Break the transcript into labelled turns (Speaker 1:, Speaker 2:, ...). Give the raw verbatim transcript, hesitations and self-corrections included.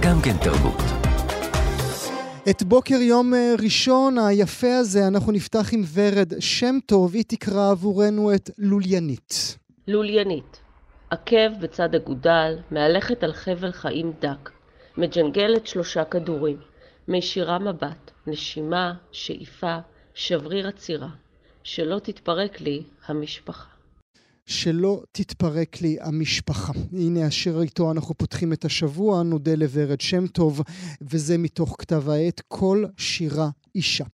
Speaker 1: גם כן תרבות.
Speaker 2: את בוקר יום ראשון היפה הזה אנחנו נפתח עם ורד שם טוב, היא תקרא עבורנו את לוליינית.
Speaker 3: לוליינית, עקב בצד אגודל, מהלכת על חבל חיים דק, מג'נגלת שלושה כדורים, מישירה מבט, נשימה, שאיפה, שבריר עצירה, שלא תתפרק לי המשפחה.
Speaker 2: שלא תתפרק לי המשפחה. הנה השיר איתו אנחנו פותחים את השבוע, נודה לוורד שם טוב, וזה מתוך כתב העת כל שירה אישה.